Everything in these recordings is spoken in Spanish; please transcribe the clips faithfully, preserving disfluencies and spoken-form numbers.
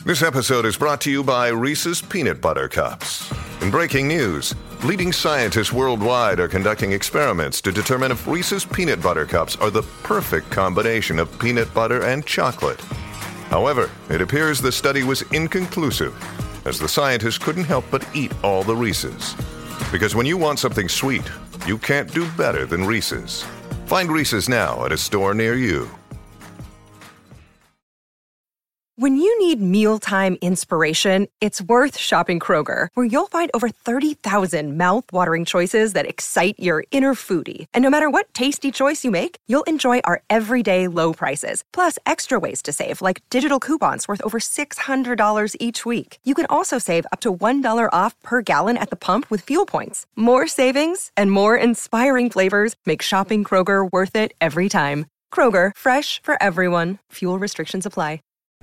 This episode is brought to you by Reese's Peanut Butter Cups. In breaking news, leading scientists worldwide are conducting experiments to determine if Reese's Peanut Butter Cups are the perfect combination of peanut butter and chocolate. However, it appears the study was inconclusive, as the scientists couldn't help but eat all the Reese's. Because when you want something sweet, you can't do better than Reese's. Find Reese's now at a store near you. When you need mealtime inspiration, it's worth shopping Kroger, where you'll find over thirty thousand mouth-watering choices that excite your inner foodie. And no matter what tasty choice you make, you'll enjoy our everyday low prices, plus extra ways to save, like digital coupons worth over six hundred dollars each week. You can also save up to one dollar off per gallon at the pump with fuel points. More savings and more inspiring flavors make shopping Kroger worth it every time. Kroger, fresh for everyone. Fuel restrictions apply.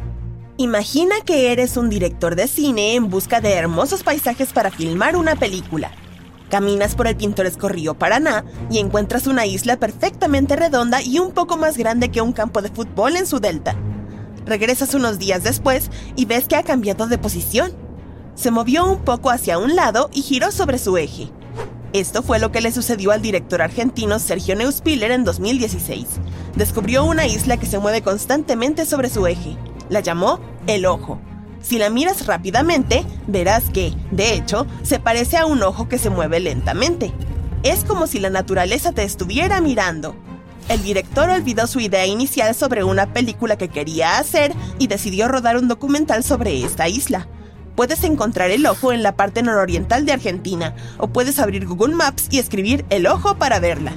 Imagina que eres un director de cine en busca de hermosos paisajes para filmar una película. Caminas por el pintoresco río Paraná y encuentras una isla perfectamente redonda y un poco más grande que un campo de fútbol en su delta. Regresas unos días después y ves que ha cambiado de posición. Se movió un poco hacia un lado y giró sobre su eje. Esto fue lo que le sucedió al director argentino Sergio Neuspiller en dos mil dieciséis. Descubrió una isla que se mueve constantemente sobre su eje. La llamó El Ojo. Si la miras rápidamente, verás que, de hecho, se parece a un ojo que se mueve lentamente. Es como si la naturaleza te estuviera mirando. El director olvidó su idea inicial sobre una película que quería hacer y decidió rodar un documental sobre esta isla. Puedes encontrar El Ojo en la parte nororiental de Argentina, o puedes abrir Google Maps y escribir El Ojo para verla.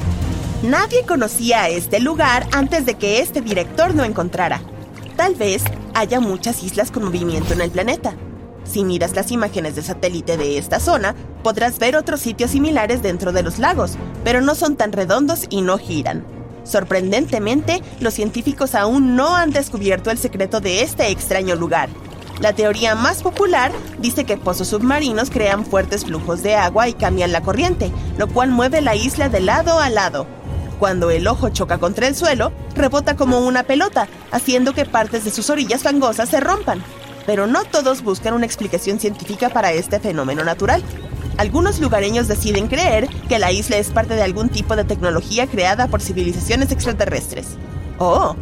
Nadie conocía a este lugar antes de que este director lo encontrara. Tal vez haya muchas islas con movimiento en el planeta. Si miras las imágenes de satélite de esta zona, podrás ver otros sitios similares dentro de los lagos, pero no son tan redondos y no giran. Sorprendentemente, los científicos aún no han descubierto el secreto de este extraño lugar. La teoría más popular dice que pozos submarinos crean fuertes flujos de agua y cambian la corriente, lo cual mueve la isla de lado a lado. Cuando el ojo choca contra el suelo, rebota como una pelota, haciendo que partes de sus orillas fangosas se rompan. Pero no todos buscan una explicación científica para este fenómeno natural. Algunos lugareños deciden creer que la isla es parte de algún tipo de tecnología creada por civilizaciones extraterrestres. ¡Oh!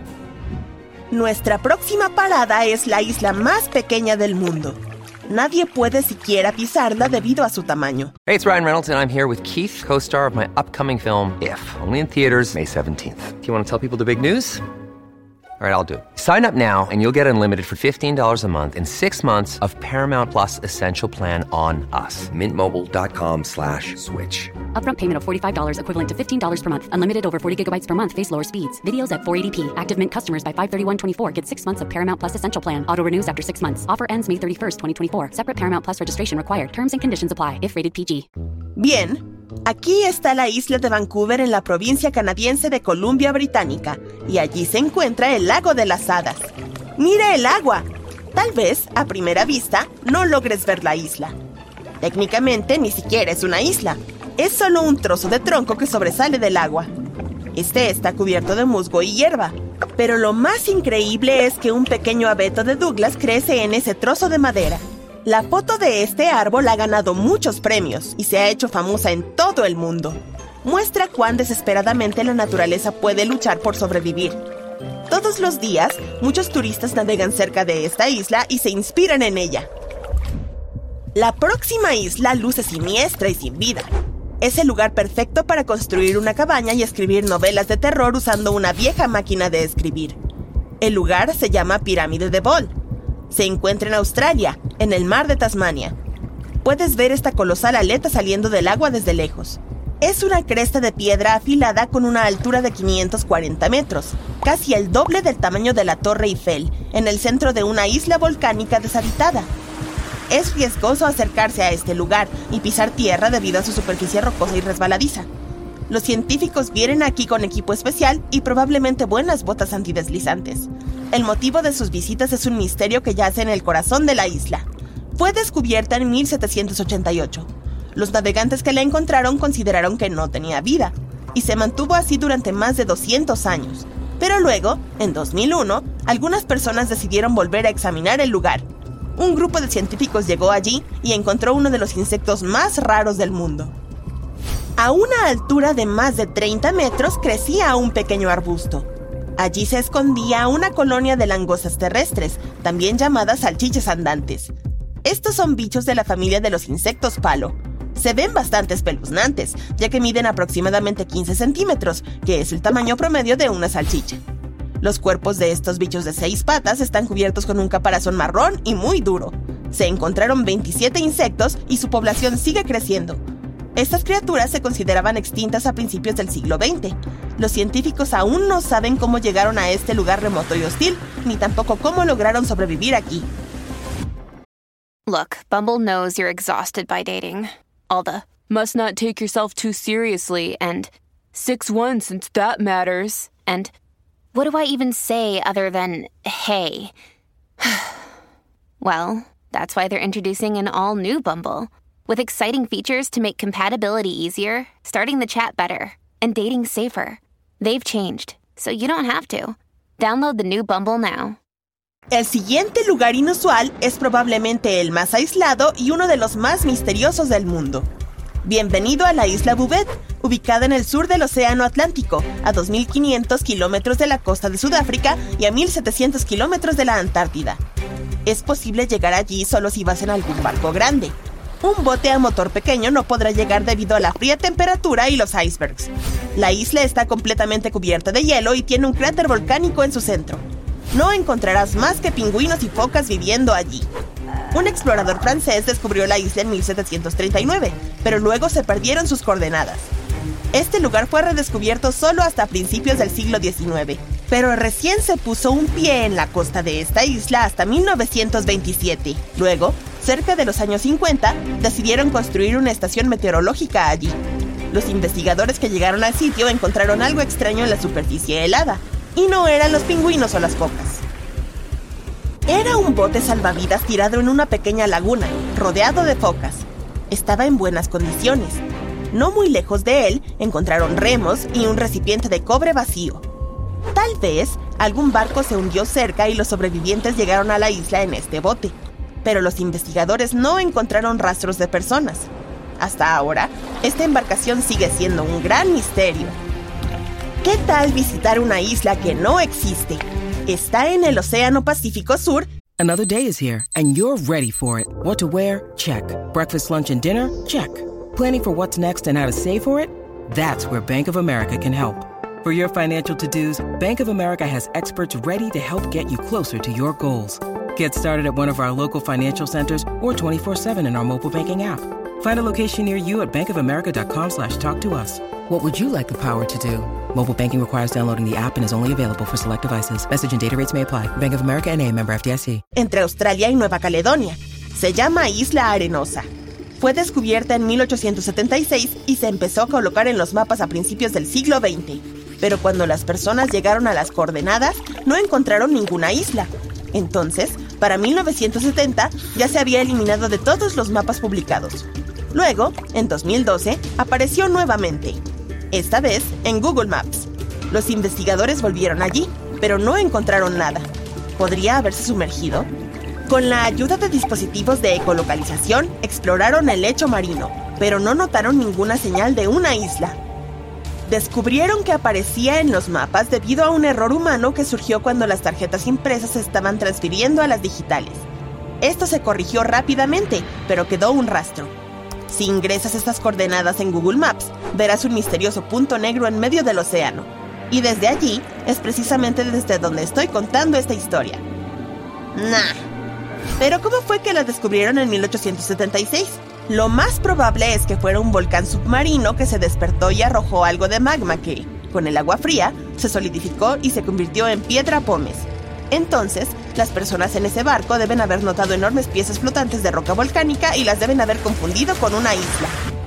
Nuestra próxima parada es la isla más pequeña del mundo. Nadie puede siquiera pisarla debido a su tamaño. Hey, it's Ryan Reynolds, and I'm here with Keith, co-star of my upcoming film, If, only in theaters May seventeenth. Do you want to tell people the big news? All right, I'll do it. Sign up now and you'll get unlimited for fifteen dollars a month and six months of Paramount Plus Essential Plan on us. Mint Mobile dot com slash switch. Upfront payment of forty-five dollars equivalent to fifteen dollars per month. Unlimited over forty gigabytes per month. Face lower speeds. Videos at four eighty p. Active Mint customers by five thirty-one twenty-four get six months of Paramount Plus Essential Plan. Auto renews after six months. Offer ends May thirty-first, twenty twenty-four. Separate Paramount Plus registration required. Terms and conditions apply if rated P G. Bien. Aquí está la isla de Vancouver en la provincia canadiense de Columbia Británica, y allí se encuentra el Lago de las Hadas. ¡Mira el agua! Tal vez, a primera vista, no logres ver la isla. Técnicamente, ni siquiera es una isla. Es solo un trozo de tronco que sobresale del agua. Este está cubierto de musgo y hierba. Pero lo más increíble es que un pequeño abeto de Douglas crece en ese trozo de madera. La foto de este árbol ha ganado muchos premios y se ha hecho famosa en todo el mundo. Muestra cuán desesperadamente la naturaleza puede luchar por sobrevivir. Todos los días, muchos turistas navegan cerca de esta isla y se inspiran en ella. La próxima isla luce siniestra y sin vida. Es el lugar perfecto para construir una cabaña y escribir novelas de terror usando una vieja máquina de escribir. El lugar se llama Pirámide de Ball. Se encuentra en Australia, en el mar de Tasmania. Puedes ver esta colosal aleta saliendo del agua desde lejos. Es una cresta de piedra afilada con una altura de quinientos cuarenta metros, casi el doble del tamaño de la Torre Eiffel, en el centro de una isla volcánica deshabitada. Es riesgoso acercarse a este lugar y pisar tierra debido a su superficie rocosa y resbaladiza. Los científicos vienen aquí con equipo especial y probablemente buenas botas antideslizantes. El motivo de sus visitas es un misterio que yace en el corazón de la isla. Fue descubierta en mil setecientos ochenta y ocho. Los navegantes que la encontraron consideraron que no tenía vida, y se mantuvo así durante más de doscientos años. Pero luego, en dos mil uno, algunas personas decidieron volver a examinar el lugar. Un grupo de científicos llegó allí y encontró uno de los insectos más raros del mundo. A una altura de más de treinta metros crecía un pequeño arbusto. Allí se escondía una colonia de langostas terrestres, también llamadas salchichas andantes. Estos son bichos de la familia de los insectos palo. Se ven bastante espeluznantes, ya que miden aproximadamente quince centímetros, que es el tamaño promedio de una salchicha. Los cuerpos de estos bichos de seis patas están cubiertos con un caparazón marrón y muy duro. Se encontraron veintisiete insectos y su población sigue creciendo. Estas criaturas se consideraban extintas a principios del siglo veinte. Los científicos aún no saben cómo llegaron a este lugar remoto y hostil, ni tampoco cómo lograron sobrevivir aquí. Look, Bumble knows you're exhausted by dating. All the, must not take yourself too seriously, and six one since that matters, and what do I even say other than, hey? Well, that's why they're introducing an all-new Bumble, with exciting features to make compatibility easier, starting the chat better, and dating safer. They've changed, so you don't have to. Download the new Bumble now. El siguiente lugar inusual es probablemente el más aislado y uno de los más misteriosos del mundo. Bienvenido a la isla Bouvet, ubicada en el sur del Océano Atlántico, a dos mil quinientos kilómetros de la costa de Sudáfrica y a mil setecientos kilómetros de la Antártida. Es posible llegar allí solo si vas en algún barco grande. Un bote a motor pequeño no podrá llegar debido a la fría temperatura y los icebergs. La isla está completamente cubierta de hielo y tiene un cráter volcánico en su centro. No encontrarás más que pingüinos y focas viviendo allí. Un explorador francés descubrió la isla en mil setecientos treinta y nueve, pero luego se perdieron sus coordenadas. Este lugar fue redescubierto solo hasta principios del siglo diecinueve, pero recién se puso un pie en la costa de esta isla hasta mil novecientos veintisiete. Luego, cerca de los años cincuenta, decidieron construir una estación meteorológica allí. Los investigadores que llegaron al sitio encontraron algo extraño en la superficie helada, y no eran los pingüinos o las focas. Era un bote salvavidas tirado en una pequeña laguna, rodeado de focas. Estaba en buenas condiciones. No muy lejos de él, encontraron remos y un recipiente de cobre vacío. Tal vez algún barco se hundió cerca y los sobrevivientes llegaron a la isla en este bote. Pero los investigadores no encontraron rastros de personas. Hasta ahora, esta embarcación sigue siendo un gran misterio. ¿Qué tal visitar una isla que no existe? Está en el Océano Pacífico Sur. Another day is here, and you're ready for it. What to wear? Check. Breakfast, lunch, and dinner? Check. Planning for what's next and how to save for it? That's where Bank of America can help. For your financial to-dos, Bank of America has experts ready to help get you closer to your goals. Get started at one of our local financial centers or twenty-four seven in our mobile banking app. Find a location near you at bankofamerica.com slash talk to us. What would you like the power to do? Mobile banking requires downloading the app and is only available for select devices. Message and data rates may apply. Bank of America N A, member F D I C. Entre Australia y Nueva Caledonia. Se llama Isla Arenosa. Fue descubierta en mil ochocientos setenta y seis y se empezó a colocar en los mapas a principios del siglo veinte. Pero cuando las personas llegaron a las coordenadas, no encontraron ninguna isla. Entonces, para mil novecientos setenta, ya se había eliminado de todos los mapas publicados. Luego, en dos mil doce, apareció nuevamente. Esta vez, en Google Maps. Los investigadores volvieron allí, pero no encontraron nada. ¿Podría haberse sumergido? Con la ayuda de dispositivos de ecolocalización, exploraron el lecho marino, pero no notaron ninguna señal de una isla. Descubrieron que aparecía en los mapas debido a un error humano que surgió cuando las tarjetas impresas se estaban transfiriendo a las digitales. Esto se corrigió rápidamente, pero quedó un rastro. Si ingresas estas coordenadas en Google Maps, verás un misterioso punto negro en medio del océano. Y desde allí, es precisamente desde donde estoy contando esta historia. Nah. ¿Pero cómo fue que la descubrieron en mil ochocientos setenta y seis? Lo más probable es que fuera un volcán submarino que se despertó y arrojó algo de magma que, con el agua fría, se solidificó y se convirtió en piedra pómez. Entonces, las personas en ese barco deben haber notado enormes piezas flotantes de roca volcánica y las deben haber confundido con una isla.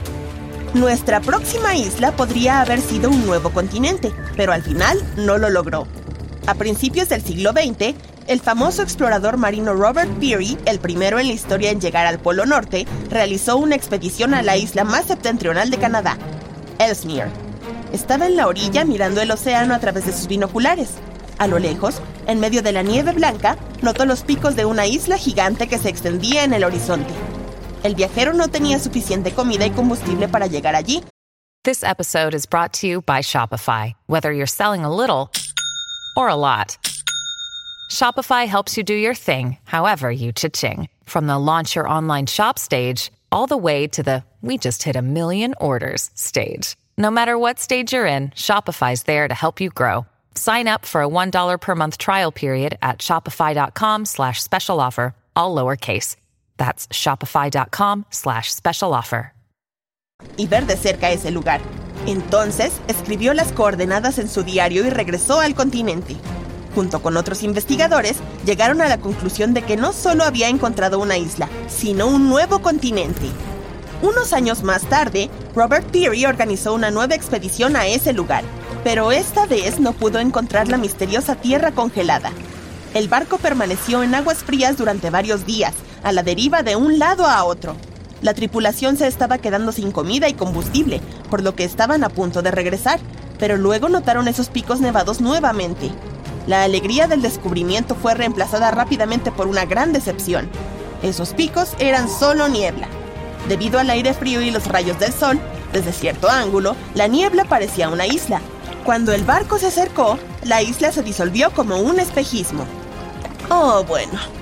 Nuestra próxima isla podría haber sido un nuevo continente, pero al final no lo logró. A principios del siglo veinte, el famoso explorador marino Robert Peary, el primero en la historia en llegar al Polo Norte, realizó una expedición a la isla más septentrional de Canadá, Ellesmere. Estaba en la orilla mirando el océano a través de sus binoculares. A lo lejos, En medio de la nieve blanca, notó los picos de una isla gigante que se extendía en el horizonte. El viajero no tenía suficiente comida y combustible para llegar allí. This episode is brought to you by Shopify. Whether you're selling a little or a lot, Shopify helps you do your thing, however you cha-ching. From the launch your online shop stage, all the way to the we just hit a million orders stage. No matter what stage you're in, Shopify's there to help you grow. Sign up for a one dollar per month trial period at shopify.com slash special offer, all lowercase. That's shopify.com slash special offer. Y ver de cerca ese lugar. Entonces, escribió las coordenadas en su diario y regresó al continente. Junto con otros investigadores, llegaron a la conclusión de que no solo había encontrado una isla, sino un nuevo continente. Unos años más tarde, Robert Peary organizó una nueva expedición a ese lugar, pero esta vez no pudo encontrar la misteriosa tierra congelada. El barco permaneció en aguas frías durante varios días, a la deriva de un lado a otro. La tripulación se estaba quedando sin comida y combustible, por lo que estaban a punto de regresar, pero luego notaron esos picos nevados nuevamente. La alegría del descubrimiento fue reemplazada rápidamente por una gran decepción. Esos picos eran solo niebla. Debido al aire frío y los rayos del sol, desde cierto ángulo, la niebla parecía una isla. Cuando el barco se acercó, la isla se disolvió como un espejismo. Oh, bueno,